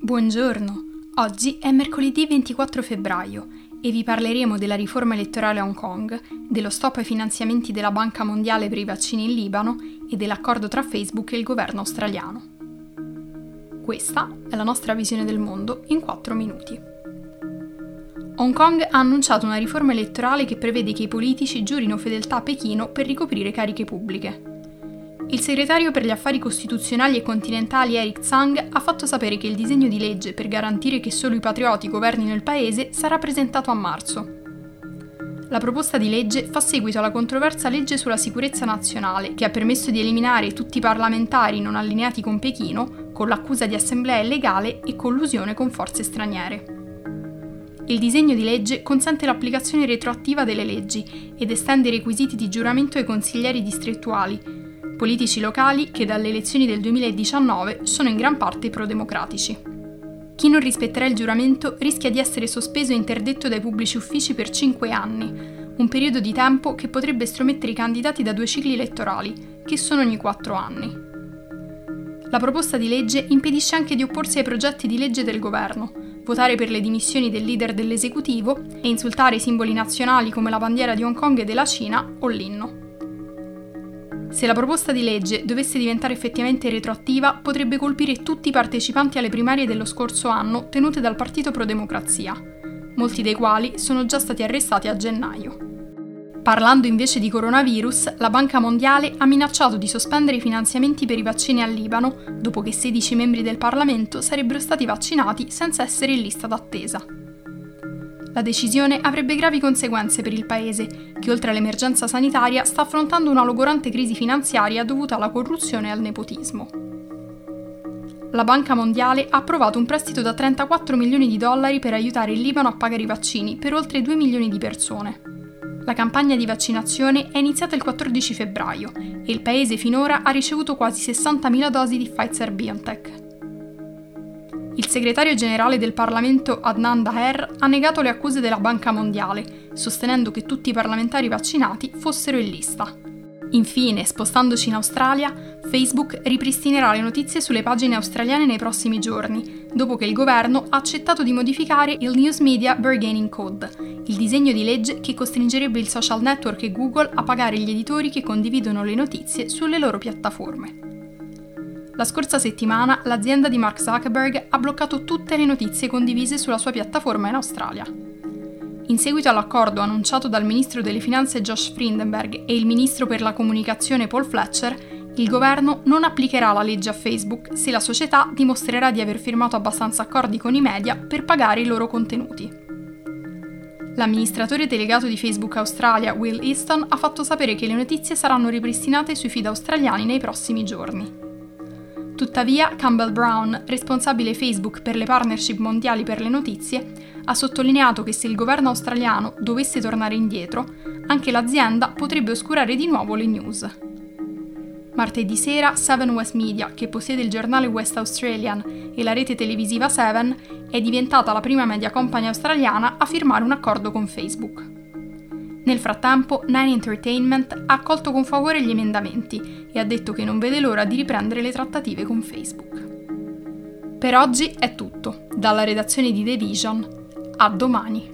Buongiorno, oggi è mercoledì 24 febbraio e vi parleremo della riforma elettorale a Hong Kong, dello stop ai finanziamenti della Banca Mondiale per i vaccini in Libano e dell'accordo tra Facebook e il governo australiano. Questa è la nostra visione del mondo in 4 minuti. Hong Kong ha annunciato una riforma elettorale che prevede che i politici giurino fedeltà a Pechino per ricoprire cariche pubbliche. Il segretario per gli affari costituzionali e continentali Eric Tsang ha fatto sapere che il disegno di legge per garantire che solo i patrioti governino il paese sarà presentato a marzo. La proposta di legge fa seguito alla controversa legge sulla sicurezza nazionale, che ha permesso di eliminare tutti i parlamentari non allineati con Pechino, con l'accusa di assemblea illegale e collusione con forze straniere. Il disegno di legge consente l'applicazione retroattiva delle leggi ed estende i requisiti di giuramento ai consiglieri distrettuali, politici locali che dalle elezioni del 2019 sono in gran parte pro-democratici. Chi non rispetterà il giuramento rischia di essere sospeso e interdetto dai pubblici uffici per 5 anni, un periodo di tempo che potrebbe estromettere i candidati da 2 cicli elettorali, che sono ogni 4 anni. La proposta di legge impedisce anche di opporsi ai progetti di legge del governo, votare per le dimissioni del leader dell'esecutivo e insultare i simboli nazionali come la bandiera di Hong Kong e della Cina o l'inno. Se la proposta di legge dovesse diventare effettivamente retroattiva, potrebbe colpire tutti i partecipanti alle primarie dello scorso anno tenute dal Partito Pro Democrazia, molti dei quali sono già stati arrestati a gennaio. Parlando invece di coronavirus, la Banca Mondiale ha minacciato di sospendere i finanziamenti per i vaccini al Libano, dopo che 16 membri del Parlamento sarebbero stati vaccinati senza essere in lista d'attesa. La decisione avrebbe gravi conseguenze per il paese, che oltre all'emergenza sanitaria sta affrontando una logorante crisi finanziaria dovuta alla corruzione e al nepotismo. La Banca Mondiale ha approvato un prestito da $34 milioni per aiutare il Libano a pagare i vaccini per oltre 2 milioni di persone. La campagna di vaccinazione è iniziata il 14 febbraio e il paese finora ha ricevuto quasi 60.000 dosi di Pfizer-BioNTech. Il segretario generale del Parlamento Adnan Daher ha negato le accuse della Banca Mondiale, sostenendo che tutti i parlamentari vaccinati fossero in lista. Infine, spostandoci in Australia, Facebook ripristinerà le notizie sulle pagine australiane nei prossimi giorni, dopo che il governo ha accettato di modificare il News Media Bargaining Code, il disegno di legge che costringerebbe il social network e Google a pagare gli editori che condividono le notizie sulle loro piattaforme. La scorsa settimana l'azienda di Mark Zuckerberg ha bloccato tutte le notizie condivise sulla sua piattaforma in Australia. In seguito all'accordo annunciato dal ministro delle finanze Josh Frydenberg e il ministro per la comunicazione Paul Fletcher, il governo non applicherà la legge a Facebook se la società dimostrerà di aver firmato abbastanza accordi con i media per pagare i loro contenuti. L'amministratore delegato di Facebook Australia, Will Easton, ha fatto sapere che le notizie saranno ripristinate sui feed australiani nei prossimi giorni. Tuttavia, Campbell Brown, responsabile Facebook per le partnership mondiali per le notizie, ha sottolineato che se il governo australiano dovesse tornare indietro, anche l'azienda potrebbe oscurare di nuovo le news. Martedì sera, Seven West Media, che possiede il giornale West Australian e la rete televisiva Seven, è diventata la prima media company australiana a firmare un accordo con Facebook. Nel frattempo, Nine Entertainment ha accolto con favore gli emendamenti e ha detto che non vede l'ora di riprendere le trattative con Facebook. Per oggi è tutto. Dalla redazione di The Vision, a domani.